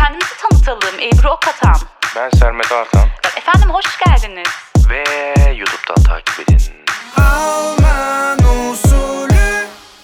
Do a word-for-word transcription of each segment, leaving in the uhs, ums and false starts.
Kendimizi tanıtalım. Ebru Okatan. Ben Sermet Artan. Efendim hoş geldiniz. Ve YouTube'dan takip edin. Alman usulü.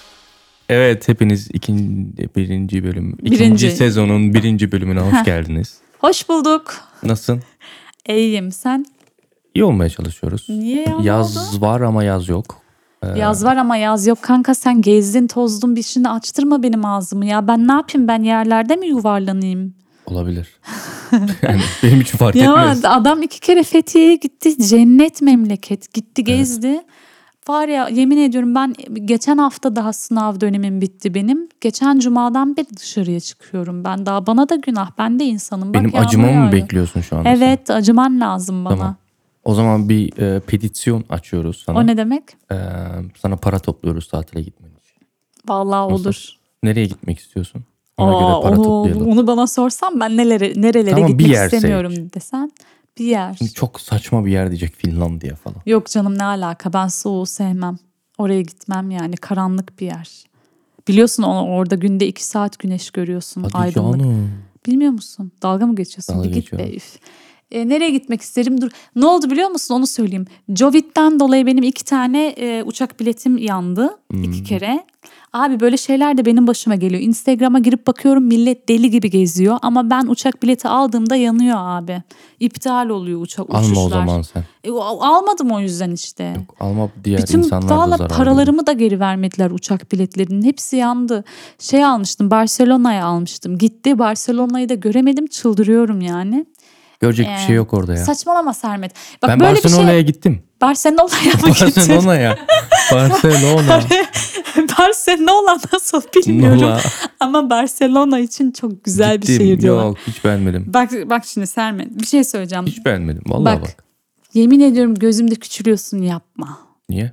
Evet, hepiniz ikinci, birinci bölüm, Birinci. ikinci sezonun birinci bölümüne hoş geldiniz. Hoş bulduk. Nasılsın? İyiyim, sen? İyi olmaya çalışıyoruz. Niye ya? Yaz var ama yaz yok. Ee, Yaz var ama yaz yok. Kanka sen gezdin tozdun bir şimdi açtırma benim ağzımı ya. Ben ne yapayım, ben yerlerde mi yuvarlanayım? Olabilir. Yani benim için fark Ya etmez. adam iki kere Fethiye'ye gitti. Cennet memleket. Gitti gezdi. Evet. Var ya, yemin ediyorum ben geçen hafta daha sınav dönemim bitti benim. Geçen cumadan beri dışarıya çıkıyorum ben. Daha bana da günah. Ben de insanım. Bak, benim acımamı mı bekliyorsun şu anda? Evet, sen? acıman lazım bana. Tamam. O zaman bir e, petisyon açıyoruz sana. O ne demek? E, sana para topluyoruz tatile gitmen için. Vallahi Nasıl? olur. Nereye gitmek istiyorsun? Ona Aa, göre para onu, toplayalım. onu bana sorsan ben nelere, nerelere Tamam, gitmek bir yer istemiyorum seç. desen. Bir yer. Çok saçma bir yer diyecek, Finlandiya falan. Yok canım, ne alaka, ben soğuğu sevmem. Oraya gitmem yani, karanlık bir yer. Biliyorsun onu, orada günde iki saat güneş görüyorsun. Hadi aydınlık. canım. Bilmiyor musun? Dalga mı geçiyorsun? Dalga bir git geçiyorum. be. Üf. E, nereye gitmek isterim? Dur. Ne oldu biliyor musun? Onu söyleyeyim. Covid'den dolayı benim iki tane e, uçak biletim yandı. Hmm. iki kere. Abi böyle şeyler de benim başıma geliyor. Instagram'a girip bakıyorum, millet deli gibi geziyor. Ama ben uçak bileti aldığımda yanıyor abi. İptal oluyor uçak Alma uçuşlar. o zaman sen. E, almadım o yüzden işte. Yok, alma, diğer bütün insanlar da valla zarar paralarımı verir. da geri vermediler uçak biletlerinin. Hepsi yandı. Şey almıştım, Barcelona'ya almıştım. Gitti, Barcelona'yı da göremedim, çıldırıyorum yani. Görecek Ee, bir şey yok orada ya. Saçmalama Sermet. Bak, Ben böyle Barcelona'ya bir şey... gittim. Barcelona'ya mı gittin? Barcelona'ya. Barcelona. Barcelona nasıl bilmiyorum. Nola. Ama Barcelona için çok güzel Gittim. bir şehir diyorlar. Yok, hiç beğenmedim. Bak bak şimdi Sermet, bir şey söyleyeceğim. Hiç beğenmedim. Vallahi bak, bak. Yemin ediyorum gözümde küçülüyorsun, yapma. Niye?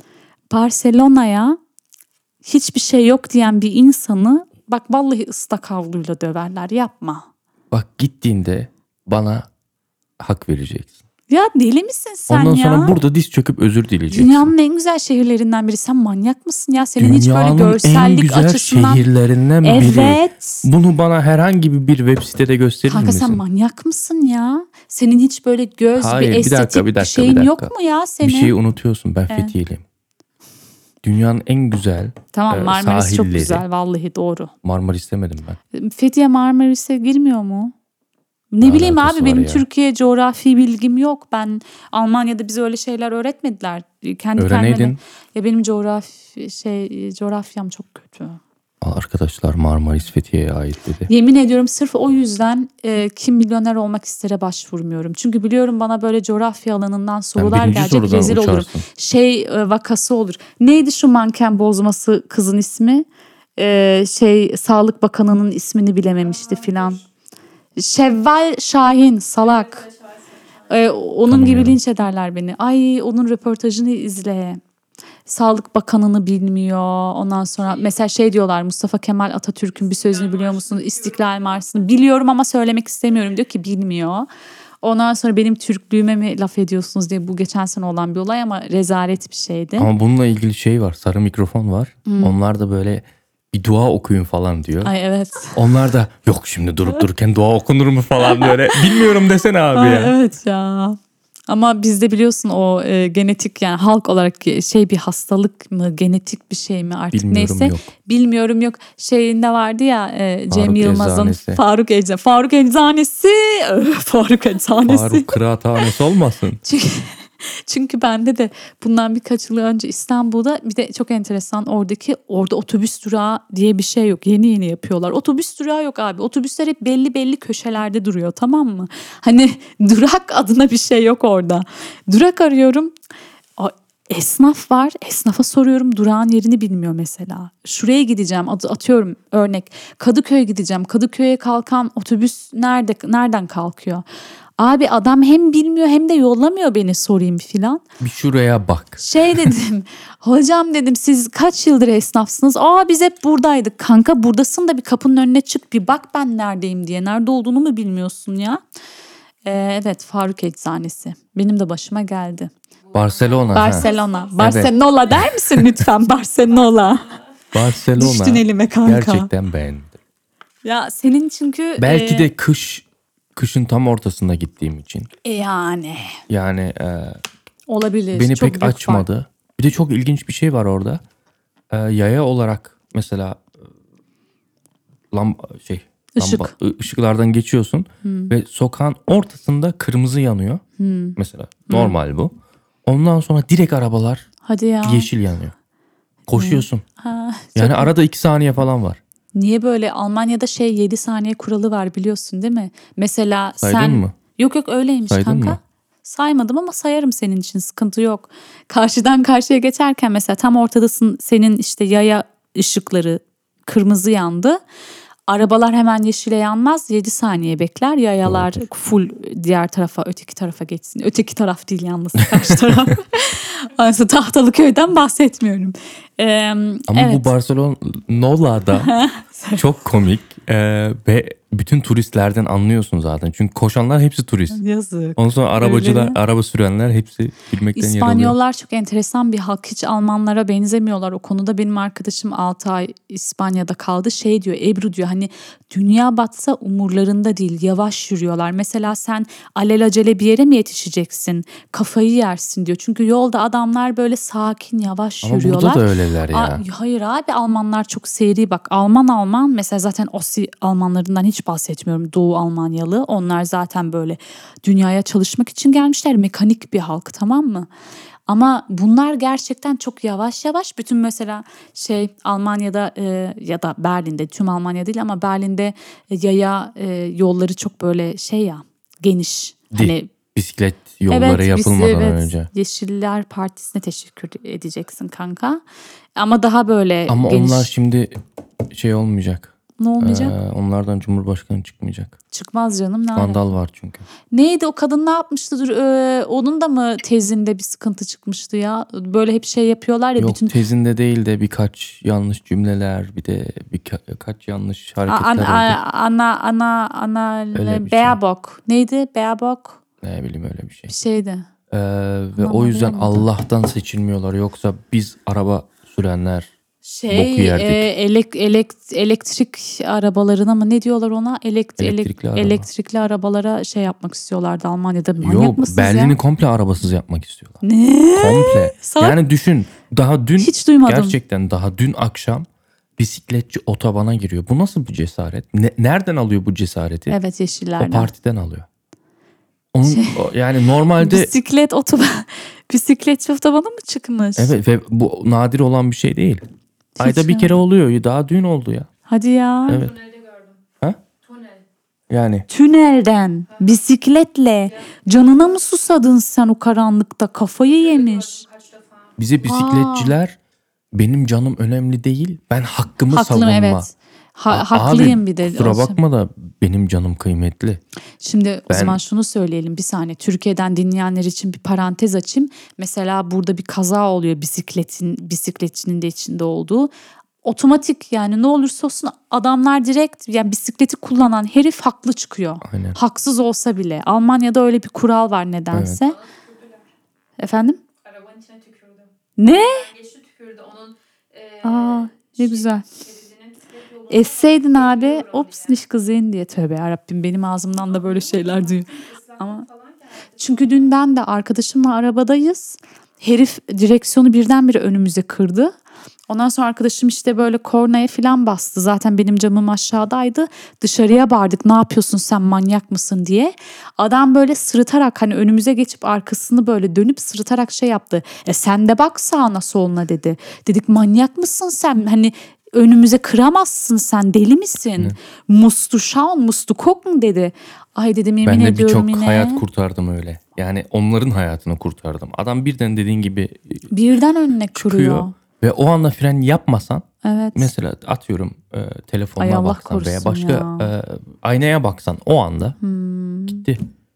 Barcelona'ya hiçbir şey yok diyen bir insanı bak vallahi ıslak havluyla döverler, yapma. Bak, gittiğinde bana hak vereceksin. Ya deli misin sen Ondan ya? sonra burada diz çöküp özür dileyeceksin. Dünyanın en güzel şehirlerinden biri. Sen manyak mısın ya? Senin hiç Dünyanın böyle görsellik en güzel açısından... şehirlerinden biri. Evet. Bunu bana herhangi bir web sitede gösterir Kanka misin? sen manyak mısın ya? Senin hiç böyle göz, Hayır, bir bir estetik dakika, bir bir, dakika, şeyin bir dakika. yok mu ya senin? Bir şeyi unutuyorsun. Ben Evet. Fethiye'liyim. Dünyanın en güzel Tamam, e, Marmaris çok sahilleri. güzel, vallahi doğru. Marmaris demedim ben. Fethiye Marmaris'e girmiyor mu? Ne Ne bileyim alakası abi, var benim ya? Türkiye coğrafi bilgim yok. Ben Almanya'da bize öyle şeyler öğretmediler. Kendi Öğreneydin. kendime- Ya benim coğrafi şey coğrafyam çok kötü. Arkadaşlar, Marmaris Fethiye'ye ait dedi. Yemin ediyorum sırf o yüzden e, kim milyoner olmak istere başvurmuyorum. Çünkü biliyorum bana böyle coğrafya alanından sorular birinci gelecek, sorudan rezil olurum. uçarsın. Şey e, vakası olur. Neydi şu manken bozması kızın ismi? E, şey Sağlık Bakanı'nın ismini bilememişti filan. Şevval Şahin, salak. E, onun gibi linç ederler beni. Ay, onun röportajını izle. Sağlık Bakanı'nı bilmiyor. Ondan sonra mesela şey diyorlar, Mustafa Kemal Atatürk'ün bir sözünü biliyor musun? İstiklal Marşı'nı biliyorum ama söylemek istemiyorum diyor ki bilmiyor. Ondan sonra benim Türklüğüme mi laf ediyorsunuz diye, bu geçen sene olan bir olay ama rezalet bir şeydi. Ama bununla ilgili şey var. Sarı mikrofon var. Onlar da böyle bir dua okuyun falan diyor. Ay evet. Onlar da yok şimdi durup dururken dua okunur mu falan böyle. Bilmiyorum desene abi Ay, ya. evet ya. Ama bizde biliyorsun o e, genetik, yani halk olarak şey, bir hastalık mı, genetik bir şey mi artık, Bilmiyorum, neyse. yok. Bilmiyorum yok. Şeyinde vardı ya e, Cem Faruk Yılmaz'ın Eczanesi. Faruk Eczanesi. Faruk Eczanesi. Faruk Eczanesi. Faruk kıraathanesi olmasın. Çünkü, çünkü bende de bundan birkaç yıl önce İstanbul'da bir de çok enteresan, oradaki orada otobüs durağı diye bir şey yok. Yeni yeni yapıyorlar. Otobüs durağı yok abi. Otobüsler hep belli belli köşelerde duruyor, tamam mı? Hani durak adına bir şey yok orada. Durak arıyorum. A- Esnaf var. Esnafa soruyorum, durağın yerini bilmiyor mesela. Şuraya gideceğim, adı atıyorum örnek. Kadıköy'e gideceğim. Kadıköy'e kalkan otobüs nerede, nereden kalkıyor? Abi adam hem bilmiyor hem de yollamıyor beni sorayım filan. Bir şuraya bak. Şey dedim, hocam dedim, siz kaç yıldır esnafsınız? Aa, biz hep buradaydık. Kanka buradasın da bir kapının önüne çık, bir bak ben neredeyim diye. Nerede olduğunu mu bilmiyorsun ya? Ee, evet, Faruk Eczanesi. Benim de başıma geldi. Barcelona. Barcelona. Ha. Barcelona der misin lütfen? Barcelona. Barcelona. Düştün elime kanka. Gerçekten beğendim. Ya senin çünkü Belki e, de kış kışın tam ortasında gittiğim için. e, yani Yani e, olabilir. beni Çok pek büyük açmadı. fark. Bir de çok ilginç bir şey var orada. E, yaya olarak mesela e, lamba şey Işık. lamba ı- ışıklardan geçiyorsun ve sokağın ortasında kırmızı yanıyor. Mesela normal bu. Ondan sonra direkt arabalar Hadi ya. yeşil yanıyor. Koşuyorsun. Ha, Yani çok- arada iki saniye falan var. Niye böyle Almanya'da şey yedi saniye kuralı var biliyorsun değil mi? Mesela Saydın sen mı? Yok yok öyleymiş Saydın kanka. mı? Saymadım ama sayarım senin için, sıkıntı yok. Karşıdan karşıya geçerken mesela tam ortadasın, senin işte yaya ışıkları kırmızı yandı. Arabalar hemen yeşile yanmaz, yedi saniye bekler. Yayalar Doğrudur. full diğer tarafa, öteki tarafa geçsin. Öteki taraf değil yalnız, karşı taraf. Aslında Tahtalıköy'den bahsetmiyorum. Ee, Ama evet. bu Barcelona'da çok komik e, ve bütün turistlerden anlıyorsun zaten. Çünkü koşanlar hepsi turist. Yazık. Ondan sonra arabacılar, Öyle. araba sürenler hepsi bilmekten yer alıyor. İspanyollar çok enteresan bir halk. Hiç Almanlara benzemiyorlar o konuda. Benim arkadaşım altı ay İspanya'da kaldı. Şey diyor, Ebru diyor, hani dünya batsa umurlarında değil, yavaş yürüyorlar. Mesela sen alelacele bir yere mi yetişeceksin? Kafayı yersin diyor. Çünkü yolda adamlar böyle sakin yavaş Ama yürüyorlar. burada da öyleler ya. Aa, hayır abi, Almanlar çok seri. Bak Alman Alman mesela, zaten Osi Almanlarından hiç bahsetmiyorum. Doğu Almanyalı. Onlar zaten böyle dünyaya çalışmak için gelmişler. Mekanik bir halk, tamam mı? Ama bunlar gerçekten çok yavaş yavaş. Bütün mesela şey Almanya'da e, ya da Berlin'de, tüm Almanya değil ama Berlin'de e, yaya e, yolları çok böyle şey ya, geniş. Değil. Hani Bisiklet yolları biz- yapılmadan evet, önce. Yeşiller Partisi'ne teşekkür edeceksin kanka. Ama daha böyle Ama geniş. onlar şimdi şey olmayacak. Ne olmayacak? Ee, onlardan Cumhurbaşkanı çıkmayacak. Çıkmaz canım. Ne alaka? Skandal var çünkü. Neydi o kadın, ne yapmıştı? Dur, e, onun da mı tezinde bir sıkıntı çıkmıştı ya? Böyle hep şey yapıyorlar ya. Yok, bütün tezinde değil de birkaç yanlış cümleler, bir de birkaç yanlış A- hareketler an- oldu. a- ana ana ana Öyle bir şey. Baerbock. Neydi? Baerbock Ne bileyim, öyle bir şey. bir şeydi. Ee, ve Aman o yüzden bilemedim. Allah'tan seçilmiyorlar. Yoksa biz araba sürenler Şey boku yerdik. e, elek, elek, elektrik arabalarına mı ne diyorlar ona? Elekt, elek- Elektrikli araba. elektrikli arabalara şey yapmak istiyorlardı Almanya'da. Manyak Yok, mısınız Berlin'i ya? komple arabasız yapmak istiyorlar. Ne? Komple. Salak. Yani düşün, daha dün Hiç duymadım. gerçekten daha dün akşam bisikletçi otobana giriyor. Bu nasıl bir cesaret? Ne- nereden alıyor bu cesareti? Evet, O yeşillerden. partiden alıyor. Onun, o- yani normalde Bisiklet otoban bisikletçi otobana mı çıkmış? evet, ve bu nadir olan bir şey değil. Ayda bir ya. kere oluyor. Daha dün oldu ya. Hadi ya. Evet. Ha? Yani Tünelden bisikletle canına mı susadın sen o karanlıkta? Kafayı yemiş. bize bisikletçiler benim canım önemli değil. Ben hakkımı Haklım, savunma. evet. Ha- A- haklıyım abi, bir de. Kusura olsa. bakma da benim canım kıymetli. Şimdi o Ben- zaman şunu söyleyelim bir saniye. Türkiye'den dinleyenler için bir parantez açayım. Mesela burada bir kaza oluyor, bisikletin bisikletçinin de içinde olduğu. Otomatik, yani ne olursa olsun adamlar direkt, yani bisikleti kullanan herif haklı çıkıyor. Aynen. Haksız olsa bile. Almanya'da öyle bir kural var nedense. Efendim? Arabanın içine tükürdü. Ne? Geçti tükürdü onun. E, Aa, ne güzel. şeridinin bisiklet yolunu- Esseydin abi, ops niş kızın diye, tövbe yarabbim, benim ağzımdan da böyle şeyler duyuyor. Ama çünkü dün ben de arkadaşımla arabadayız. Herif direksiyonu birdenbire önümüze kırdı. Ondan sonra arkadaşım işte böyle kornaya falan bastı. Zaten benim camım aşağıdaydı. Dışarıya bağırdık, ne yapıyorsun sen, manyak mısın diye. Adam böyle sırıtarak, hani önümüze geçip arkasını böyle dönüp sırıtarak şey yaptı. E sen de bak sağına soluna dedi. Dedik manyak mısın sen, hani önümüze kıramazsın, sen deli misin? Mustu şaun mustu kok mu dedi. Ay dedim, yemin Ben de ediyorum birçok yine. hayat kurtardım öyle. Yani onların hayatını kurtardım. Adam birden dediğin gibi Birden önüne çıkıyor. kırıyor. Ve o anda fren yapmasan, Evet. mesela atıyorum e, Ay telefonuna Allah baksan veya korusun başka ya. e, aynaya baksan o anda gitti.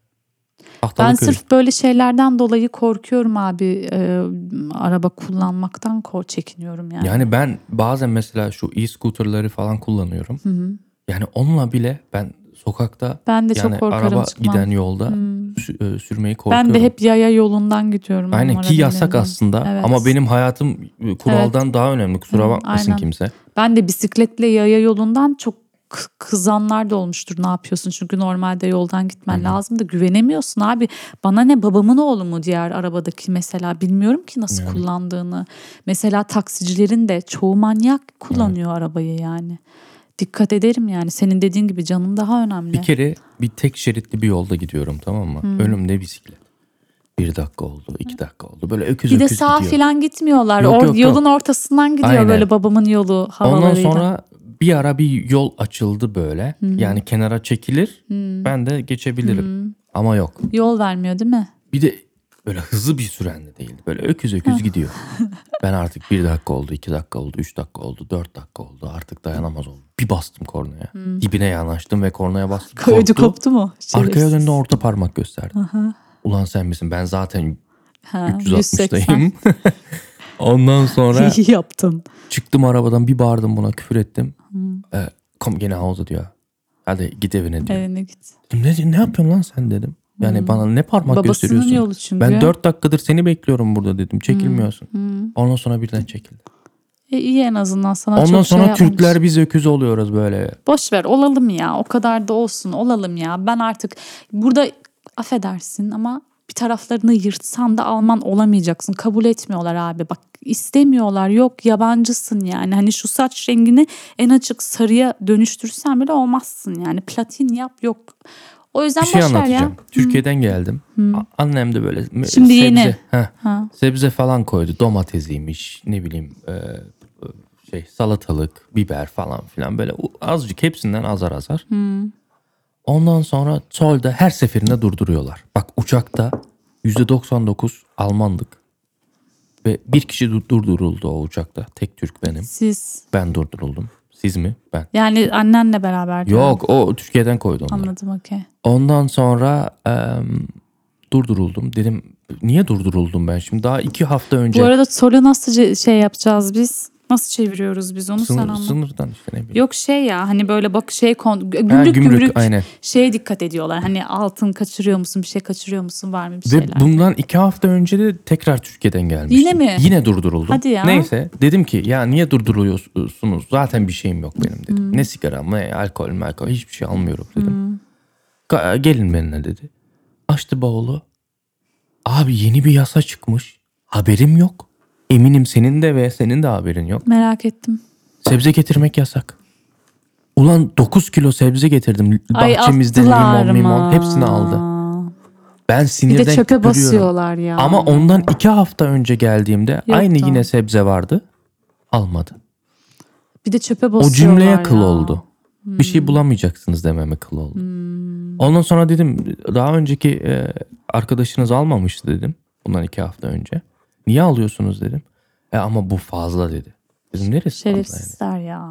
Ben Tahtalıköy. sırf böyle şeylerden dolayı korkuyorum abi. Ee, araba kullanmaktan kork çekiniyorum yani. Yani ben bazen mesela şu e-scooter'ları falan kullanıyorum. Yani onunla bile ben sokakta, Ben de çok yani korkarım, araba çıkmam. giden yolda sü- e, sürmeyi korkuyorum. Ben de hep yaya yolundan gidiyorum. Aynen, numara ki yasak bilmeden. aslında Evet. ama benim hayatım e, kuraldan daha önemli. Kusura Hı, bakmasın aynen. kimse. Ben de bisikletle yaya yolundan çok k- kızanlar da olmuştur, ne yapıyorsun? Çünkü normalde yoldan gitmen lazım da güvenemiyorsun abi. Bana ne, babamın oğlu mu diğer arabadaki mesela, bilmiyorum ki nasıl Yani. kullandığını. Mesela taksicilerin de çoğu manyak kullanıyor arabayı yani. Dikkat ederim yani, senin dediğin gibi canım daha önemli. Bir kere bir tek şeritli bir yolda gidiyorum, tamam mı? Önümde bisiklet. Bir dakika oldu, iki dakika oldu. Böyle öküz Bir de öküz sağ gidiyor. filan gitmiyorlar. Yok, Or- yok, yok. yolun ortasından gidiyor Aynen. böyle babamın yolu Ondan havalarıyla. sonra bir ara bir yol açıldı böyle. Yani kenara çekilir. Ben de geçebilirim. Ama yok. Yol vermiyor değil mi? Bir de böyle hızlı bir süren de değil. Böyle öküz öküz gidiyor. Ben artık bir dakika oldu, iki dakika oldu, üç dakika oldu, dört dakika oldu. Artık dayanamaz oldum. Bir bastım kornaya. Dibine yanaştım ve kornaya bastım. Ödü Korktu. koptu mu? Arkaya Şerefsiz. döndü, orta parmak gösterdi. Ulan sen misin? Ben zaten Ha, üç yüz altmıştayım. Ondan sonra yüz seksen. İyi yaptın. çıktım arabadan, bir bağırdım buna, küfür ettim. E, kom gene Hause diyor. Hadi git evine diyor. Evine git. Ne, ne yapıyorsun lan sen dedim. Yani bana ne parmak Babasının gösteriyorsun? yolu çünkü. Ben dört dakikadır seni bekliyorum burada dedim. Çekilmiyorsun. Ondan sonra birden çekildi. E, iyi en azından sana Ondan çok sonra şey yapmamış. Türkler biz öküz oluyoruz böyle. Boş ver, olalım ya, o kadar da olsun, olalım ya. Ben artık burada, affedersin ama bir taraflarını yırtsan da Alman olamayacaksın. Kabul etmiyorlar abi, bak istemiyorlar, yok yabancısın yani. Hani şu saç rengini en açık sarıya dönüştürsen bile olmazsın yani. Platin yap, yok. O yüzden Bir şey boş ver anlatacağım. ya. Türkiye'den geldim. A- Annem de böyle me- Şimdi sebze, yeni. heh, Ha. sebze falan koydu. Domatesiymiş, ne bileyim e, e, şey salatalık, biber falan filan, böyle u- azıcık, hepsinden azar azar. Ondan sonra solda her seferinde durduruyorlar. Bak uçakta yüzde doksan dokuz Almandık. Ve bir kişi dur- durduruldu o uçakta. Tek Türk benim. Siz Ben durduruldum. Siz mi? Ben. yani annenle beraber. Yok, o Türkiye'den koydu onları. Anladım, okey. Ondan sonra em, durduruldum. Dedim niye durduruldum ben şimdi? Daha iki hafta önce Bu arada soru nasıl ce- şey yapacağız biz? Nasıl çeviriyoruz biz onu, sen sınır, anlat. sınırdan işte ne bileyim. Yok şey ya, hani böyle bak şey kon- gümrük, Ha, gümrük, gümrük aynen. şeye dikkat ediyorlar. Hani altın kaçırıyor musun, bir şey kaçırıyor musun, var mı bir Ve şeyler. bundan iki hafta önce de tekrar Türkiye'den gelmiştim. Yine mi? Yine durduruldum. Hadi ya. Neyse dedim ki ya niye durduruyorsunuz? Zaten bir şeyim yok benim dedim. Hmm. Ne sigara, ne alkol, ne alkol, hiçbir şey almıyorum dedim. Ga- Gelin benimle dedi. Açtı bavulu. Abi yeni bir yasa çıkmış. Haberim yok. Eminim senin de ve senin de haberin yok. Merak ettim. Sebze getirmek yasak. Ulan dokuz kilo sebze getirdim. Ay, Bahçemizde attılar limon limon mı? hepsini aldı. Ben Bir sinirden de çöpe küpürüyorum. basıyorlar ya. Ama ondan iki hafta önce geldiğimde aynı da. yine sebze vardı. Almadı. Bir de çöpe O basıyorlar cümleye kıl ya. oldu. Bir şey bulamayacaksınız dememe kıl oldu. Ondan sonra dedim daha önceki e, arkadaşınız almamıştı dedim. Bundan iki hafta önce. Niye alıyorsunuz dedim. E ama bu fazla dedi. Dedim neresi fazla yani? Şerefsizler ya.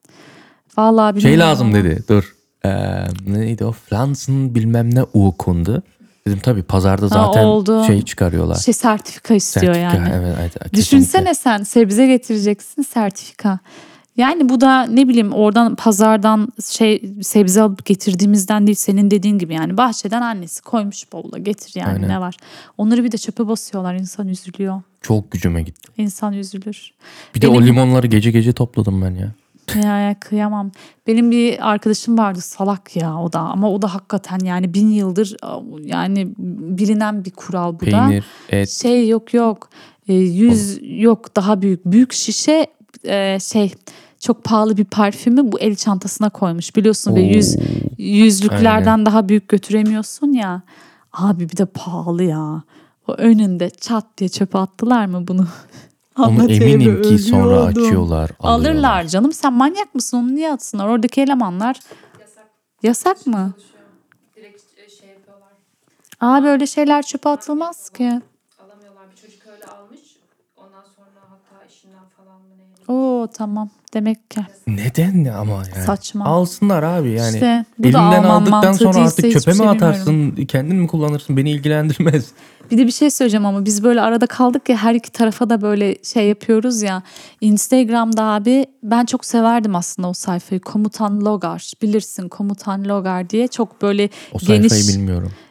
Vallahi Şey bilmiyorum lazım ama. dedi. Dur. Ee, neydi o? Pflanzen bilmem ne Urkunde. Dedim tabii pazarda zaten oldu. şey çıkarıyorlar. Şey, sertifika istiyor Sertifika, yani. evet, evet, kesinlikle. Düşünsene sen sebze getireceksin, sertifika. Yani bu da ne bileyim oradan pazardan şey sebze alıp getirdiğimizden değil, senin dediğin gibi yani bahçeden annesi koymuş bavula, getir yani. Aynen. Ne var. Onları bir de çöpe basıyorlar, insan üzülüyor. Çok gücüme gitti. İnsan üzülür. Bir de Benim- o limonları gece gece topladım ben ya. Ya, ya kıyamam. Benim bir arkadaşım vardı, salak ya o da, ama o da hakikaten yani bin yıldır yani bilinen bir kural bu da. Peynir, et. Şey yok yok e, yüz yok daha büyük büyük şişe e, şey çok pahalı bir parfümü bu el çantasına koymuş biliyorsun ve Oo. yüz yüzlüklerden Aynen. daha büyük götüremiyorsun ya. Abi bir de pahalı ya. O önünde çat diye çöpe attılar mı bunu? Onu Anlat eminim Ebru, ki sonra ölüyordum. açıyorlar, alıyorlar. Alırlar canım, sen manyak mısın, onu niye atsınlar? Oradaki elemanlar Yasak. yasak mı? Çalışıyor. Direkt e, şey yapıyorlar. Abi öyle şeyler çöpe atılmaz ki. Alamıyorlar. Bir çocuk öyle almış. Ondan sonra hatta işinden falan mı neydi? Oo tamam, demek ki. Neden ne ama yani? Saçma. Alsınlar abi yani. İşte bu da Elinden Alman aldıktan mantığı sonra değilse artık hiçbir çöpe mi şey atarsın? Kendin mi kullanırsın? Beni ilgilendirmez. Bir de bir şey söyleyeceğim ama biz böyle arada kaldık ya, her iki tarafa da böyle şey yapıyoruz ya. Instagram'da abi ben çok severdim aslında o sayfayı. Komutan Logar, bilirsin Komutan Logar diye, çok böyle O sayfayı geniş. bilmiyorum.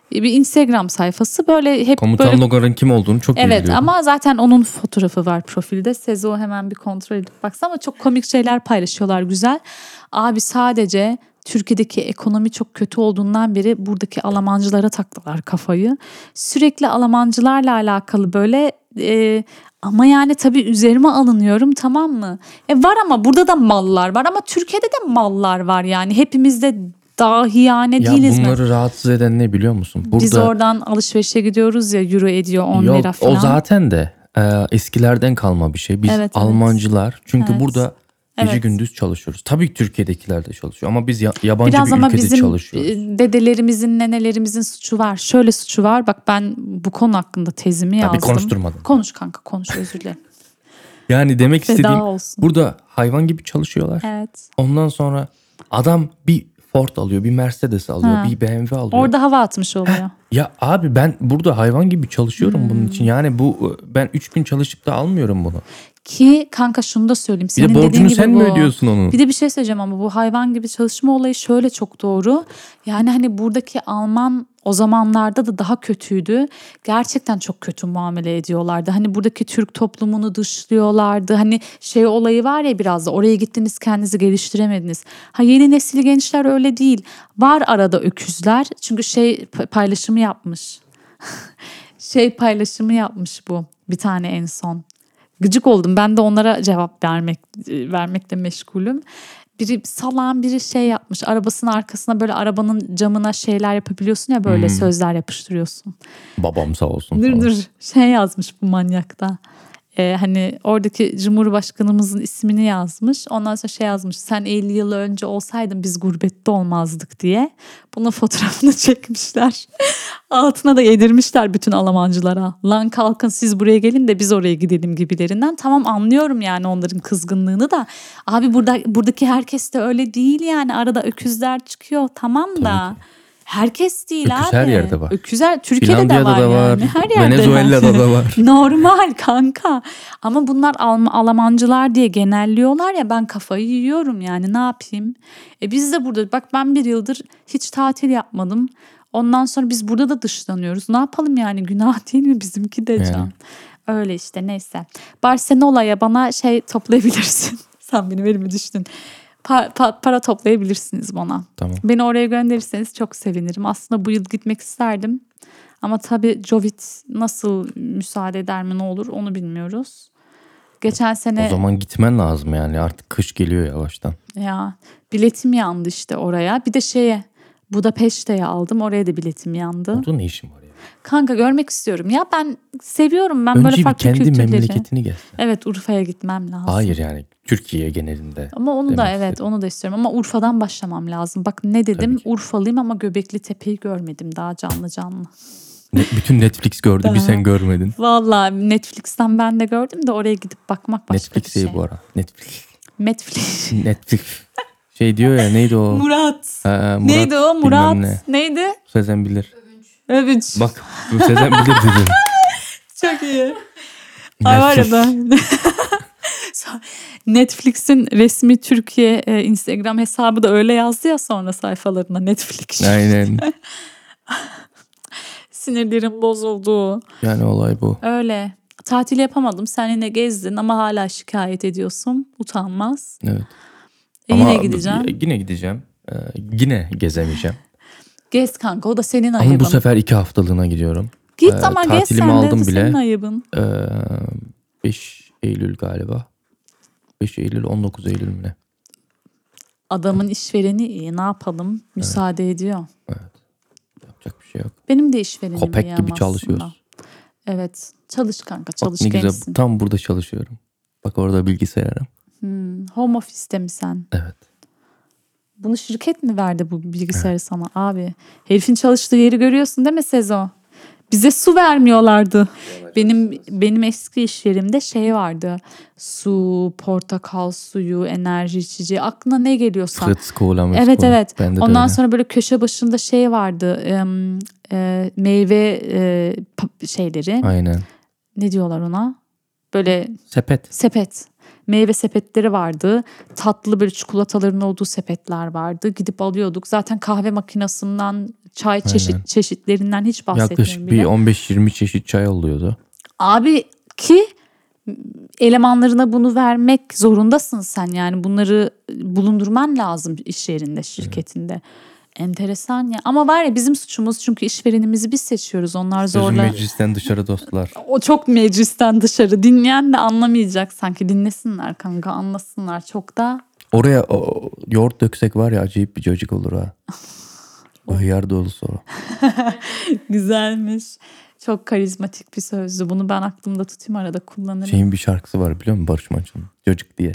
bir Instagram sayfası böyle hep Komutan böyle. Logar'ın kim olduğunu çok iyi Evet biliyorum. ama zaten onun fotoğrafı var profilde. Sezo hemen bir kontrol edip baksana ama çok komik şeyler paylaşıyorlar güzel. Abi sadece Türkiye'deki ekonomi çok kötü olduğundan beri buradaki Almancılara taktılar kafayı. Sürekli Almancılarla alakalı böyle e, ama yani tabii üzerime alınıyorum, tamam mı? E var ama burada da mallar var ama Türkiye'de de mallar var yani hepimizde dahiyane Ya değiliz mi? bunları rahatsız eden ne biliyor musun? Burada Biz oradan alışverişe gidiyoruz ya, euro ediyor on yok, lira falan. o zaten de e, eskilerden kalma bir şey. Biz Evet, evet. Almancılar çünkü Evet. burada gece Evet. gündüz çalışıyoruz. Tabii ki Türkiye'dekiler de çalışıyor ama biz ya- yabancı Biraz bir ama ülkede bizim çalışıyoruz. e, dedelerimizin, nenelerimizin suçu var. Şöyle suçu var. Bak ben bu konu hakkında tezimi Ya bir yazdım. konuşturmadım. Konuş kanka konuş, özür dilerim. Yani demek Feda istediğim olsun. burada hayvan gibi çalışıyorlar. Evet. Ondan sonra adam bir Ford alıyor, bir Mercedes alıyor, Ha. bir B M W alıyor. Orada hava atmış oluyor. Ya abi ben burada hayvan gibi çalışıyorum Hmm. bunun için. Yani bu ben üç gün çalışıp da almıyorum bunu. Ki kanka şunu da söyleyeyim. Bir Senin de dediğin borcunu gibi sen bu. mi ödüyorsun onu? Bir de bir şey söyleyeceğim ama bu hayvan gibi çalışma olayı şöyle çok doğru. Yani hani buradaki Alman o zamanlarda da daha kötüydü. Gerçekten çok kötü muamele ediyorlardı. Hani buradaki Türk toplumunu dışlıyorlardı. Hani şey olayı var ya, biraz da oraya gittiniz kendinizi geliştiremediniz. Ha yeni nesil gençler öyle değil. Var arada öküzler. Çünkü şey paylaşımı yapmış. şey paylaşımı yapmış bu bir tane en son. Gıcık oldum. Ben de onlara cevap vermek vermekle meşgulüm. Biri salan biri şey yapmış. Arabasının arkasına böyle arabanın camına şeyler yapabiliyorsun ya, böyle Hmm. sözler yapıştırıyorsun. Babam sağ olsun. Dur falan. dur şey yazmış bu manyakta. Ee, hani oradaki Cumhurbaşkanımızın ismini yazmış. Ondan sonra şey yazmış. Sen elli yıl önce olsaydın biz gurbette olmazdık diye. Bunun fotoğrafını çekmişler. Altına da yedirmişler bütün Almancılara. Lan kalkın siz buraya gelin de biz oraya gidelim gibilerinden. Tamam anlıyorum yani onların kızgınlığını da. Abi burada buradaki herkes de öyle değil yani. Arada öküzler çıkıyor tamam da. Herkes değil Öküz abi. her yerde var. Öküzler Türkiye'de de Finlandiya'da var, da var. yani. Her yerde Venezuela'da var. da var. Normal kanka. Ama bunlar Alm- Almancılar diye genelliyorlar ya, ben kafayı yiyorum yani, ne yapayım? E biz de burada bak, ben bir yıldır hiç tatil yapmadım. Ondan sonra biz burada da dışlanıyoruz. Ne yapalım yani, günah değil mi bizimki de can? Yani. Öyle işte, neyse. Barcelona'ya bana şey toplayabilirsin. Sen benim elimi düştün. Pa- pa- para toplayabilirsiniz bana. Tamam. Beni oraya gönderirseniz çok sevinirim. Aslında bu yıl gitmek isterdim. Ama tabii Jovit nasıl müsaade eder mi, ne olur onu bilmiyoruz. Geçen sene O zaman gitmen lazım yani, artık kış geliyor yavaştan. ya biletim yandı işte oraya. Bir de şeye Budapeşte'ye aldım. Oraya da biletim yandı. Orada ne işin var ya? Kanka görmek istiyorum. Ya ben seviyorum, ben Önce böyle bir farklı kendi kültürleri. memleketini gezsin. Evet, Urfa'ya gitmem lazım. Hayır yani Türkiye genelinde. Ama onu da demek evet istedim. onu da istiyorum ama Urfa'dan başlamam lazım. Bak ne dedim, Tabii ki. Urfalıyım ama Göbekli Tepe'yi görmedim daha canlı canlı. Ne- bütün Netflix gördü, bir Daha. sen görmedin. Vallahi Netflix'ten ben de gördüm de oraya gidip bakmak başka Netflix bir değil şey. bu ara. Netflix. Netflix. Netflix. Şey diyor ya, neydi o? Murat. Ha, Murat. Neydi o? bilmem Murat. ne. Neydi? Sezen bilir. Övünç. Bak bu Sezen bilir dedim. Çok iyi. Ay var ya da. Netflix'in resmi Türkiye e, Instagram hesabı da öyle yazdı ya sonra sayfalarına, Netflix. Aynen. Sinirlerim bozuldu. Yani olay bu. Öyle. Tatil yapamadım. Sen yine gezdin ama hala şikayet ediyorsun. Utanmaz. Evet. E, Ama yine gideceğim. Yine gideceğim. Ee, yine gezemeyeceğim. Gez kanka, o da senin Ama ayıbın. bu sefer iki haftalığına gidiyorum. Git Ee, ama gez tatilimi sen de, aldım de bile. senin ayıbın. Ee, beş Eylül galiba. beş Eylül on dokuz Eylül mü ne? Adamın işvereni iyi, ne yapalım? Müsaade ediyor. Evet. Yapacak bir şey yok. Benim de işverenim iyi Köpek gibi ama çalışıyoruz. aslında. Evet. Çalış kanka, Bak çalış ne güzel, gençsin. tam burada çalışıyorum. Bak orada bilgisayarım. Hmm, home office'te mi sen? Evet. Bunu şirket mi verdi bu bilgisayarı sana? Abi herifin çalıştığı yeri görüyorsun değil mi Sezo? Bize su vermiyorlardı. Benim benim eski iş yerimde şey vardı. Su, portakal suyu, enerji içeceği. Aklına ne geliyorsa. Fritz Cola, Fritz Evet Cola. evet. Bende de Ondan öyle. sonra böyle köşe başında şey vardı. em, e, meyve e, pa- şeyleri. Aynen. Ne diyorlar ona? Böyle Sepet. sepet. meyve sepetleri vardı. Tatlı böyle çikolataların olduğu sepetler vardı. Gidip alıyorduk. Zaten kahve makinesinden, çay çeşit Aynen. çeşitlerinden hiç bahsetmiyorum Yaklaşık bile. bir on beş yirmi çeşit çay oluyordu. Abi ki elemanlarına bunu vermek zorundasın sen. Yani bunları bulundurman lazım iş yerinde, şirketinde. Enteresan ya. Ama var ya bizim suçumuz, çünkü işverenimizi biz seçiyoruz. Onlar Sözün zorla. meclisten dışarı dostlar. O çok meclisten dışarı. Dinleyen de anlamayacak sanki. Dinlesinler kanka, anlasınlar. Çok da Oraya o, yoğurt döksek var ya, acayip bir cacık olur ha. O hıyar dolusu o. güzelmiş. Çok karizmatik bir sözdü. Bunu ben aklımda tutayım, arada kullanırım. Şeyin bir şarkısı var biliyor musun Barış Manço'nun? Cacık diye.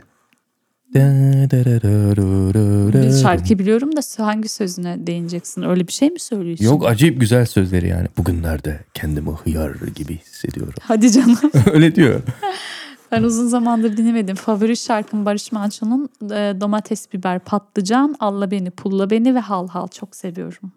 Bir şarkı biliyorum da hangi sözüne değineceksin? Öyle bir şey mi söylüyorsun? Yok, acayip güzel sözleri yani. Bugünlerde kendimi hıyar gibi hissediyorum. Hadi canım. Öyle diyor. Ben uzun zamandır dinlemedim. Favori şarkım Barış Manço'nun e, domates, biber, patlıcan, alla beni, pulla beni ve hal hal. Çok seviyorum.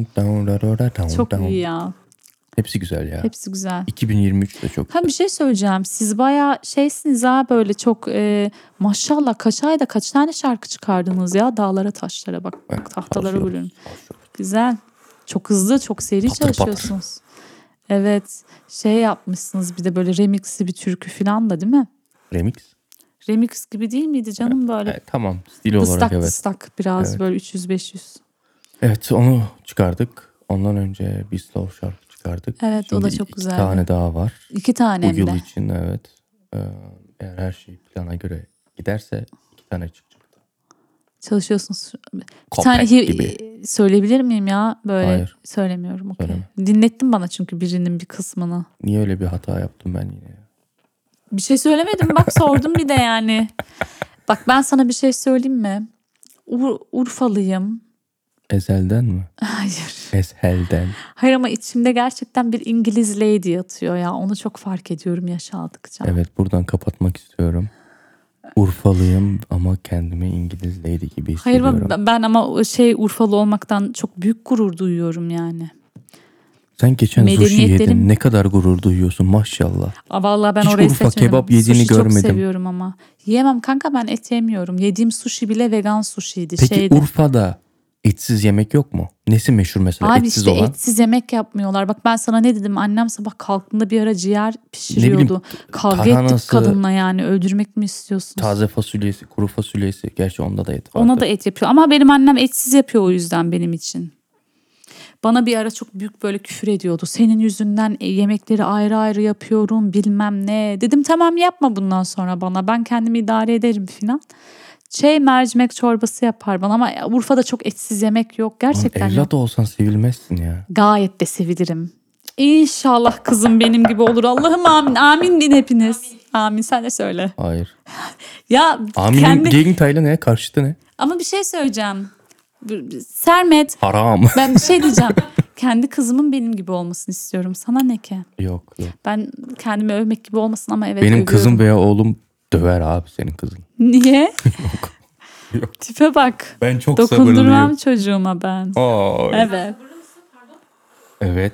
Çok iyi ya. Hepsi güzel ya. Hepsi güzel. iki bin yirmi üçte çok Ha, bir şey söyleyeceğim. Siz bayağı şeysiniz ha, böyle çok e, maşallah kaç ayda kaç tane şarkı çıkardınız ya. Dağlara taşlara bak. bak tahtalara çalışıyoruz. bölün. Güzel. Çok hızlı, çok seri Patır patır. çalışıyorsunuz. Evet. Şey yapmışsınız bir de böyle remixli bir türkü falan da değil mi? Remix. Remix gibi değil miydi canım, böyle Evet, tamam, stil olarak ıstak evet. ıstak biraz Evet. böyle üç yüz beş yüz. Evet, onu çıkardık. Ondan önce bir slow şarkı çıkardık. Evet, o da Şimdi çok iki güzeldi. tane daha var. İki tane Bu hem yıl de. için evet. Ee, eğer her şey plana göre giderse iki tane çıkacak. Çalışıyorsunuz. Bir Kopek tane hi- gibi. söyleyebilir miyim ya? Böyle Hayır. söylemiyorum. Okay. Söyleme. Dinlettin bana çünkü birinin bir kısmını. Niye öyle bir hata yaptım ben yine? Bir şey söylemedim, bak sordum bir de yani. Bak ben sana bir şey söyleyeyim mi? Ur- Urfalıyım. Ezelden mi? Hayır. Eshelden. Hayır ama içimde gerçekten bir İngiliz lady yatıyor ya. Onu çok fark ediyorum yaş aldıkça. Evet, buradan kapatmak istiyorum. Urfalıyım ama kendimi İngiliz lady gibi Hayır hissediyorum. ben, ben ama o şey Urfalı olmaktan çok büyük gurur duyuyorum yani. Sen geçen sushi Medeniyetlerim- yedin. Ne kadar gurur duyuyorsun maşallah. Aa, vallahi ben Hiç orayı Urfa seçmedim. kebap yediğini Sushi görmedim. çok seviyorum ama. Yiyemem kanka, ben et yemiyorum. Yediğim sushi bile vegan sushiydi. Peki şeydi. Urfa'da etsiz yemek yok mu? Nesi meşhur mesela Abi etsiz işte olan? etsiz yemek yapmıyorlar. Bak ben sana ne dedim? Annem sabah kalktığında bir ara ciğer Ne pişiriyordu. bileyim, Kavga ettik tarhanası, kadınla yani. Öldürmek mi istiyorsunuz? Taze fasulyesi, kuru fasulyesi. Gerçi onda da et vardı. Ona da et yapıyor. Ama benim annem etsiz yapıyor, o yüzden benim için. Bana bir ara çok büyük böyle küfür ediyordu. Senin yüzünden yemekleri ayrı ayrı yapıyorum bilmem ne. Dedim tamam, yapma bundan sonra bana. Ben kendimi idare ederim filan. Şey mercimek çorbası yapar bana ama Urfa'da çok etsiz yemek yok. Gerçekten Lan yok. evlat olsan sevilmezsin ya. Gayet de sevilirim. İnşallah kızım benim gibi olur. Allah'ım amin. Amin din hepiniz. Amin, sen de söyle. Hayır. Ya Amin'in kendi... Gegentay'la ne? Karşıtı ne? Ama bir şey söyleyeceğim. Sermet, Haram. ben bir şey diyeceğim. Kendi kızımın benim gibi olmasını istiyorum. Sana ne ki? Yok yok. Ben kendimi övmek gibi olmasın ama evet Benim övüyorum. kızım veya oğlum döver abi senin kızın. Niye? Yok. Tipe bak. Ben çok Dokundurmam sabırlıyım. çocuğuma ben. Aa, Evet. evet.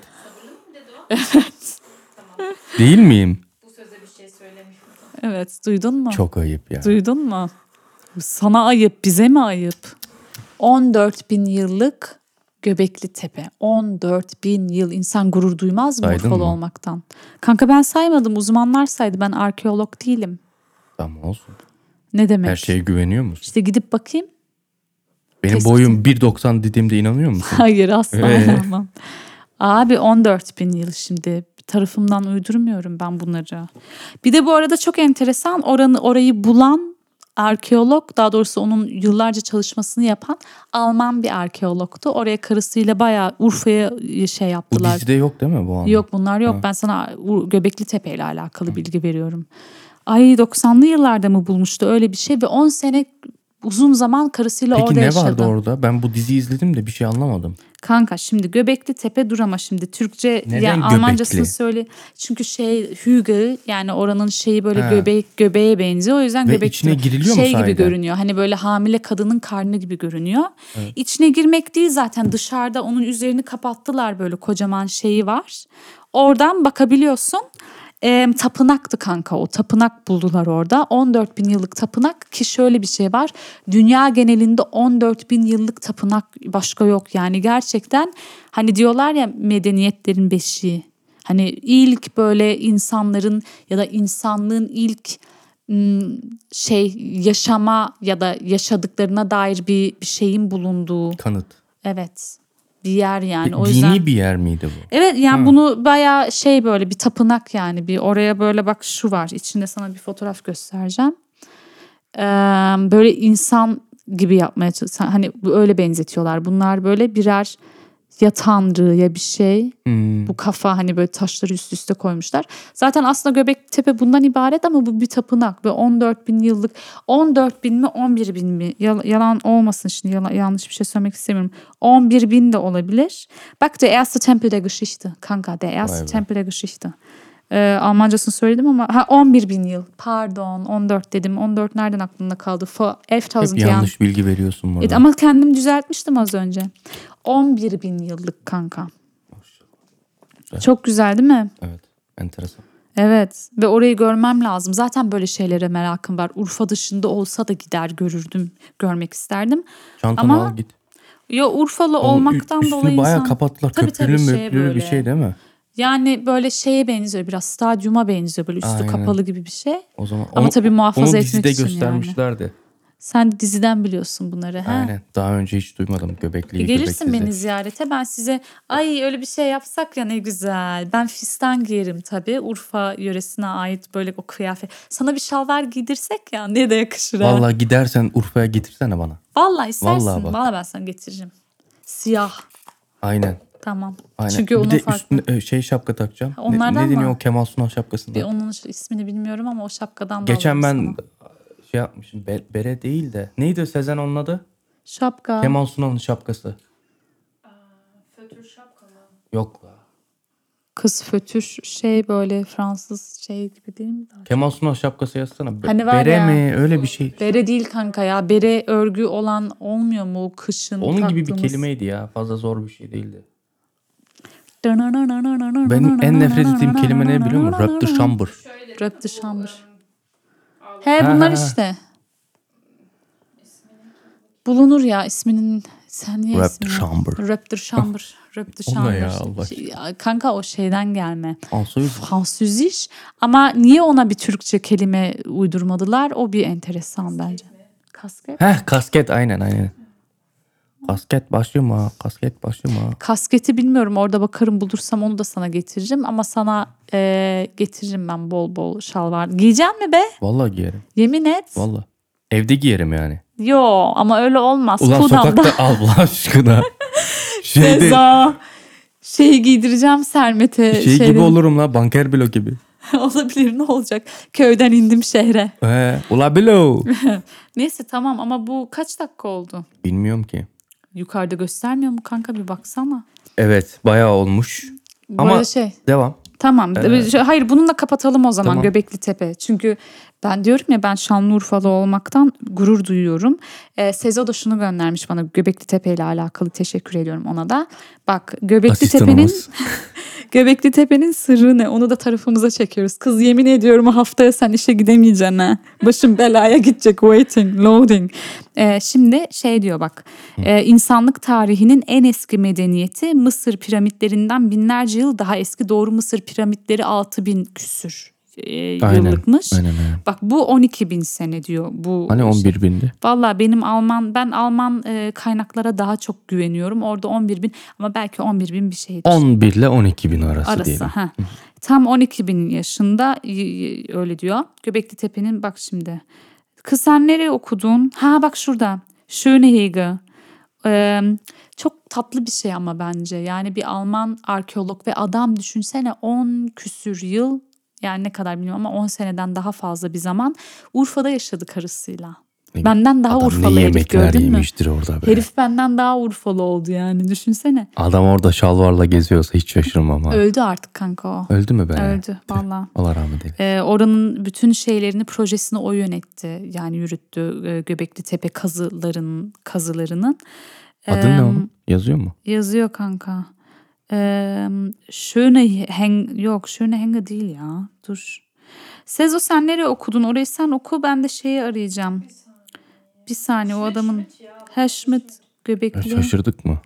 Değil miyim? Bu sözde bir şey söylemiyorum. Evet, duydun mu? Çok ayıp ya. Duydun mu? Sana ayıp, bize mi ayıp? on dört bin yıllık Göbekli Tepe. on dört bin yıl. İnsan gurur duymaz mı Saydın Urfalı mı? olmaktan? Kanka ben saymadım. Uzmanlar saydı. Ben arkeolog değilim. Tamam olsun. Ne demek? Her şeye güveniyor musun? İşte gidip bakayım. Benim Tespit- boyum bir doksan dediğimde inanıyor musun? Hayır asla Ee? inanmam. Abi on dört bin yıl şimdi. Tarafımdan uydurmuyorum ben bunları. Bir de bu arada çok enteresan, oranı orayı bulan arkeolog, daha doğrusu onun yıllarca çalışmasını yapan Alman bir arkeologtu. Oraya karısıyla bayağı Urfa'ya şey Bu yaptılar. dizide yok değil mi bu an? Yok bunlar yok. Ha. Ben sana Ur- Göbekli Tepe ile alakalı bilgi veriyorum. Ay doksanlı yıllarda mı bulmuştu öyle bir şey ve on sene uzun zaman karısıyla Peki orada ne yaşadı. vardı orada? Ben bu diziyi izledim de bir şey anlamadım. Kanka şimdi Göbekli Tepe dur ama şimdi Türkçe Neden yani göbekli? Almancasını söyle. Çünkü şey Hügel yani oranın şeyi böyle Ha. göbek göbeğe benziyor. O yüzden Ve göbekli içine giriliyor mu şey gibi sahiden? görünüyor. Hani böyle hamile kadının karnı gibi görünüyor. İçine girmek değil zaten, dışarıda onun üzerini kapattılar, böyle kocaman şeyi var. Oradan bakabiliyorsun. e, tapınaktı kanka o. Tapınak buldular orada. on dört bin yıllık tapınak ki şöyle bir şey var. Dünya genelinde on dört bin yıllık tapınak başka yok. Yani gerçekten hani diyorlar ya medeniyetlerin beşiği. Hani ilk böyle insanların ya da insanlığın ilk şey yaşama ya da yaşadıklarına dair bir, bir şeyin bulunduğu. Kanıt. Evet. Bir yer yani. O Dini yüzden bir yer miydi bu? evet yani Hı. bunu bayağı şey böyle bir tapınak yani bir oraya böyle bak şu var içinde sana bir fotoğraf göstereceğim. Ee, böyle insan gibi yapmaya çalışıyorlar. Hani öyle benzetiyorlar. Bunlar böyle birer ya tanrı ya bir şey. Hmm. Bu kafa hani böyle taşları üst üste koymuşlar. Zaten aslında Göbektepe bundan ibaret ama bu bir tapınak ve on dört bin yıllık on dört bin mi on bir bin mi yalan olmasın şimdi yalan, yanlış bir şey söylemek istemiyorum. on bir bin de olabilir. Bak der erste Tempel der Geschichte kanka der erste Tempel der Geschichte. Ee, Almancasını söyledim ama ha on bir bin yıl pardon on dört dedim on dört nereden aklımda kaldı for elf Hep bin yanlış bilgi veriyorsun burada. Evet, ama kendim düzeltmiştim az önce. on bir bin yıllık kanka. Güzel. Çok güzel değil mi? Evet, enteresan. Evet ve orayı görmem lazım. Zaten böyle şeylere merakım var. Urfa dışında olsa da gider görürdüm, görmek isterdim. Çantanı Ama al git. ya Urfalı Onun olmaktan üstünü dolayı bayağı insan... kapattılar. Tabii, Köprülü tabii, şey möprülü bir böyle. şey değil mi? Yani böyle şeye benziyor biraz stadyuma benziyor böyle üstü Aynen. kapalı gibi bir şey. O zaman Ama onu, tabii muhafaza onu etmek dizide için göstermişlerdi. Sen diziden biliyorsun bunları. He? Aynen. Daha önce hiç duymadım Göbekli'yi. E gelirsin Göbek beni dizi. ziyarete ben size ay öyle bir şey yapsak ya ne güzel. Ben fistan giyerim tabii. Urfa yöresine ait böyle o kıyafet. Sana bir şalvar giydirsek ya ne de yakışır ha. Vallahi gidersen Urfa'ya getirsene bana. Vallahi istersin. Vallahi bak. Vallahi ben sana getiririm. Siyah. Aynen. Tamam. Aynen. Çünkü bir onun de farklı. üstüne e, şey şapka takacağım. Ne, Onlardan ne deniyor mı? o Kemal Sunal şapkası Bir da. onun ismini bilmiyorum ama o şapkadan da Geçen alırım ben sana. şey yapmışım. Be- bere değil de. Neydi Sezen onun adı? Şapka. Kemal Sunal'ın şapkası. Fötür şapka mı? Yok. Kız fötür şey böyle Fransız şey gibi değil mi? Kemal Sunal şapkası yazsana. Be- Hani var bere ya. mi? Öyle bir şey. Bere değil kanka ya. Bere örgü olan olmuyor mu o kışın Onun gibi bir taktığımız? kelimeydi ya. Fazla zor bir şey değildi. Benim en nefret ettiğim kelime ne biliyor musun? Röptür şambur. Şöyle. Röptür bu, şambur. em, He Ha, bunlar ha, ha. işte. Bulunur ya isminin. Sen niye Röptür ismini? şambur. Röptür şambur. Röptür O ne şambur. ya Allah Şey, ya kanka o şeyden gelme. Ansuz. Fransüziş. Ama niye ona bir Türkçe kelime uydurmadılar? O bir enteresan bence. Kasket. Heh kasket aynen aynen. Kasket başıma, kasket başıma. Kasketi bilmiyorum orada bakarım bulursam onu da sana getiririm. Ama sana e, getiririm ben bol bol şalvar. Giyecek mi be? Vallahi giyerim. Yemin et. Vallahi. Evde giyerim yani. Yo ama öyle olmaz. Ulan Kudam'da. sokakta Allah aşkına. Şeyde, Ceza. Şeyi giydireceğim Sermet'e. şey şeyden- gibi olurum la banker blok gibi. Olabilir ne olacak? Köyden indim şehre. He, ula bilo. Neyse tamam ama bu kaç dakika oldu? Bilmiyorum ki. Yukarıda göstermiyor mu kanka bir baksana. Evet bayağı olmuş. Bu Ama arada şey devam. tamam. Evet. Hayır bununla kapatalım o zaman Tamam. Göbekli Tepe. Çünkü ben diyorum ya ben Şanlıurfalı olmaktan gurur duyuyorum. Ee, Sezo da şunu göndermiş bana Göbekli Tepe ile alakalı teşekkür ediyorum ona da. Bak Göbekli Tepe'nin Asistanımız. Göbekli Tepe'nin sırrı ne? Onu da tarafımıza çekiyoruz. Kız yemin ediyorum haftaya sen işe gidemeyeceksin ha. Başım belaya gidecek. Waiting, loading. Ee, şimdi şey diyor bak. E, insanlık tarihinin en eski medeniyeti Mısır piramitlerinden binlerce yıl daha eski. Doğru Mısır piramitleri altı bin küsür e, Aynen, yıllıkmış. aynen, aynen. Bak bu on iki bin sene diyor. Bu Hani on bir şey. bindi. Valla benim Alman ben Alman e, kaynaklara daha çok güveniyorum. Orada on bir bin ama belki on bir bin bir şeydir. on bir ile on iki bin arası, Arası. diyelim. Ha. Tam on iki bin yaşında y- y- öyle diyor. Göbekli Tepe'nin bak şimdi. Kız sen nereye okudun? Ha bak şurada. Schönehege. Ee, çok tatlı bir şey ama bence. Yani bir Alman arkeolog ve adam düşünsene on küsür yıl yani ne kadar bilmiyorum ama on seneden daha fazla bir zaman Urfa'da yaşadı karısıyla. Ne- Benden daha Adam Urfalı ne herif yemekler gördün mü? yemiştir orada be. Herif benden daha Urfalı oldu yani düşünsene. Adam orada şalvarla geziyorsa hiç şaşırmam ha. Öldü artık kanka o. Öldü mü be? Öldü valla. Allah rahmet eylesin. Ee, oranın bütün şeylerini projesini o yönetti. Yani yürüttü e, Göbekli Tepe kazılarının kazılarının. Adı Ee, ne onun? Yazıyor mu? Yazıyor kanka. Ee, Schöne Heng yok Schöne Henge değil ya. Dur. Sezo sen nereye okudun? Orayı sen oku, ben de şeyi arayacağım. Bir saniye o adamın Herschmidt göbekli. Şaşırdık mı?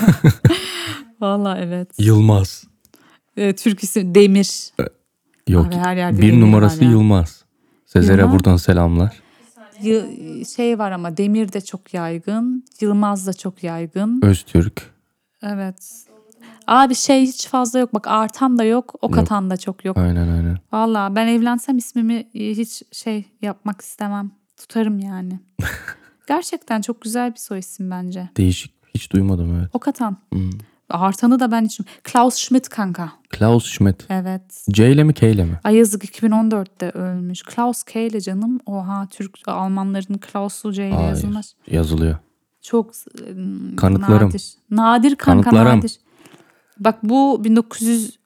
Vallahi evet. Yılmaz. Ee, Türk ismi Demir. Yok. Abi her yerde bir Demir numarası var ya. Yılmaz. Sezer'e Yılmaz. buradan selamlar. Y- şey var ama Demir de çok yaygın. Yılmaz da çok yaygın. Öztürk. Evet. Abi şey hiç fazla yok. Bak Artan da yok. Ok Yok. atan da çok yok. Aynen aynen. Vallahi ben evlensem ismimi hiç şey yapmak istemem. Tutarım yani. Gerçekten çok güzel bir soy isim bence. Değişik. Hiç duymadım evet. Ok atan. Hmm. Artan'ı da ben hiç... Klaus Schmidt kanka. Klaus Schmidt. Evet. C ile mi K ile mi? Ay yazık iki bin on dörtte ölmüş. Klaus K ile canım. Oha Türk Almanların Klaus'u C ile Hayır, yazılmaz. yazılıyor. Çok ıı, Kanıtlarım. nadir. Nadir kanka Kanıtlarım. nadir. Bak bu bin dokuz yüz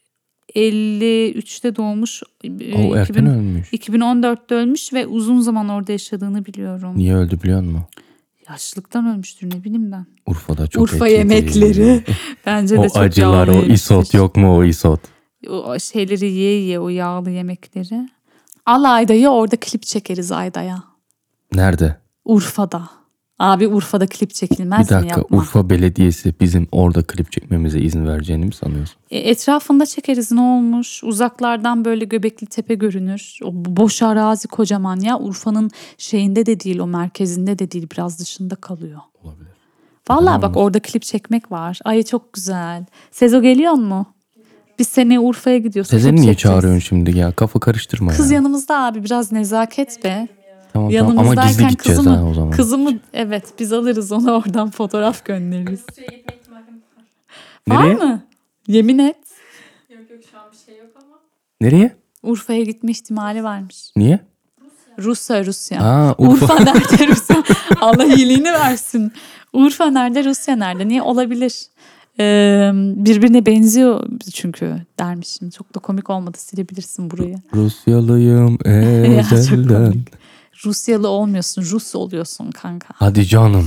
elli üçte doğmuş. e, O erken ölmüş. iki bin on dörtte ölmüş ve uzun zaman orada yaşadığını biliyorum. Niye öldü biliyor musun? Yaşlılıktan ölmüştür ne bileyim ben. Urfa'da çok Urfa et yedi. yemekleri. Bence de O çok acılar, yağlı o isot yemiştir. yok mu o isot? O şeyleri ye ye o yağlı yemekleri. Al Ayda'yı orada klip çekeriz Ayda'ya. Nerede? Urfa'da. Abi Urfa'da klip çekilmez Bir mi dakika, yapma. Urfa Belediyesi bizim orada klip çekmemize izin vereceğini mi sanıyorsun? E, etrafında çekeriz ne olmuş? Uzaklardan böyle Göbekli Tepe görünür. O boş arazi kocaman ya. Urfa'nın şeyinde de değil, o merkezinde de değil, biraz dışında kalıyor. Olabilir. Vallahi Tamam bak mı? orada klip çekmek var. Ay çok güzel. Sezo geliyor mu? Biz seneye Urfa'ya gidiyoruz. Sezen'i klip niye çekeceğiz. çağırıyorsun şimdi ya? Kafa karıştırma Kız ya. yanımızda abi, biraz nezaket be. Tamam, tamam. Ama gizli Yanımızdayken gideceğiz kızımı, ha o zaman. kızımı evet biz alırız, ona oradan fotoğraf göndeririz. Rusya'ya gitme ihtimalim var. Nereye? Var mı? Yemin et. Yok yok şu an bir şey yok ama. Nereye? Urfa'ya gitme ihtimali varmış. Niye? Rusya Rusya. Ha, Urfa. Urfa. nerede Rusya? Allah iyiliğini versin. Urfa nerede, Rusya nerede? Niye olabilir? Ee, birbirine benziyor çünkü dermişim. Çok da komik olmadı, silebilirsin burayı. Rusyalıyım Ya, çok ezelden. komik. Rusyalı olmuyorsun, Rus oluyorsun kanka. Hadi canım.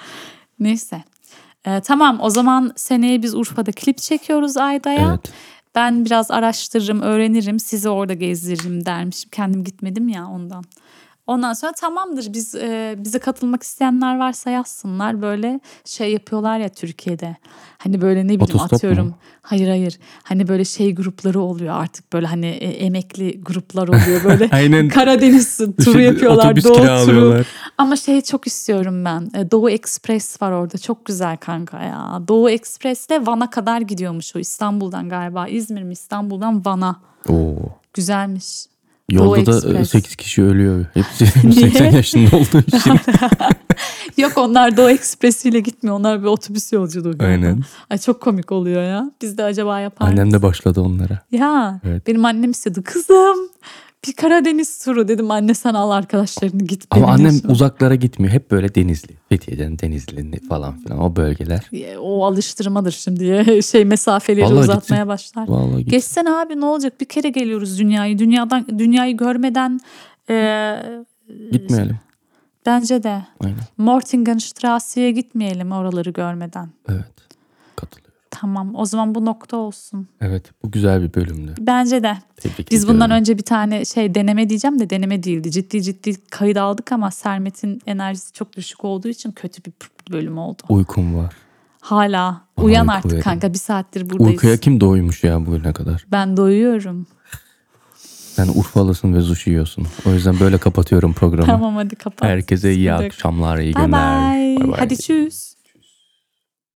Neyse. Ee, tamam o zaman seneye biz Urfa'da klip çekiyoruz Ayda'ya. Evet. Ben biraz araştırırım, öğrenirim, sizi orada gezdiririm dermişim. Kendim gitmedim ya ondan. Ondan sonra tamamdır, biz e, bize katılmak isteyenler varsa yazsınlar. Böyle şey yapıyorlar ya Türkiye'de. Hani böyle ne bileyim Otostop atıyorum. mu? Hayır hayır. Hani böyle şey grupları oluyor artık, böyle hani e, emekli gruplar oluyor böyle. Aynen. Karadeniz turu Şey, yapıyorlar, otobüs Doğu turu. kiralıyorlar. Ama şeyi çok istiyorum ben. E, Doğu Express var orada. Çok güzel kanka ya. Doğu Express'le Van'a kadar gidiyormuş o. İstanbul'dan galiba. İzmir mi? İstanbul'dan Van'a. Oo. Güzelmiş. Yolda da Express. sekiz kişi ölüyor. Hepsi Niye? seksen yaşında olduğu için. Yok onlar Doğu Ekspresi ile gitmiyor. Onlar bir otobüs yolculuğu. galiba. Aynen. Ay çok komik oluyor ya. Biz de acaba yapar Annem mıyız? de başladı onlara. Ya Evet. benim annem istedi. Kızım bir Karadeniz turu, dedim. Anne sen al arkadaşlarını git. Ama beni annem diyorsun. uzaklara gitmiyor. Hep böyle Denizli. Fethiye'den Denizli falan filan o bölgeler. O alıştırmadır şimdi. Şey mesafeleri Vallahi uzatmaya gitsin. başlar. Vallahi git. Geçsene abi, ne olacak? Bir kere geliyoruz dünyayı. Dünyadan dünyayı görmeden e, Gitmeyelim. bence de Aynen. Mortingenstrasse'ye gitmeyelim oraları görmeden. Evet. Katılıyorum. Tamam o zaman bu nokta olsun. Evet. Bu güzel bir bölümdü. Bence de. Tebrik Biz bundan ediyorum. önce bir tane şey deneme diyeceğim de deneme değildi. Ciddi ciddi kayıt aldık ama Sermet'in enerjisi çok düşük olduğu için kötü bir bölüm oldu. Uykum var. Hala. Bana Uyan uyku artık verin. kanka, bir saattir buradayız. Uykuya kim doymuş ya bugüne kadar? Ben doyuyorum. Sen Urfalısın ve sushi yiyorsun. O yüzden böyle kapatıyorum programı. Tamam hadi kapat. Herkese iyi Hadi. akşamlar, iyi Bye günler. bye. Bye bye. Hadi tschüss.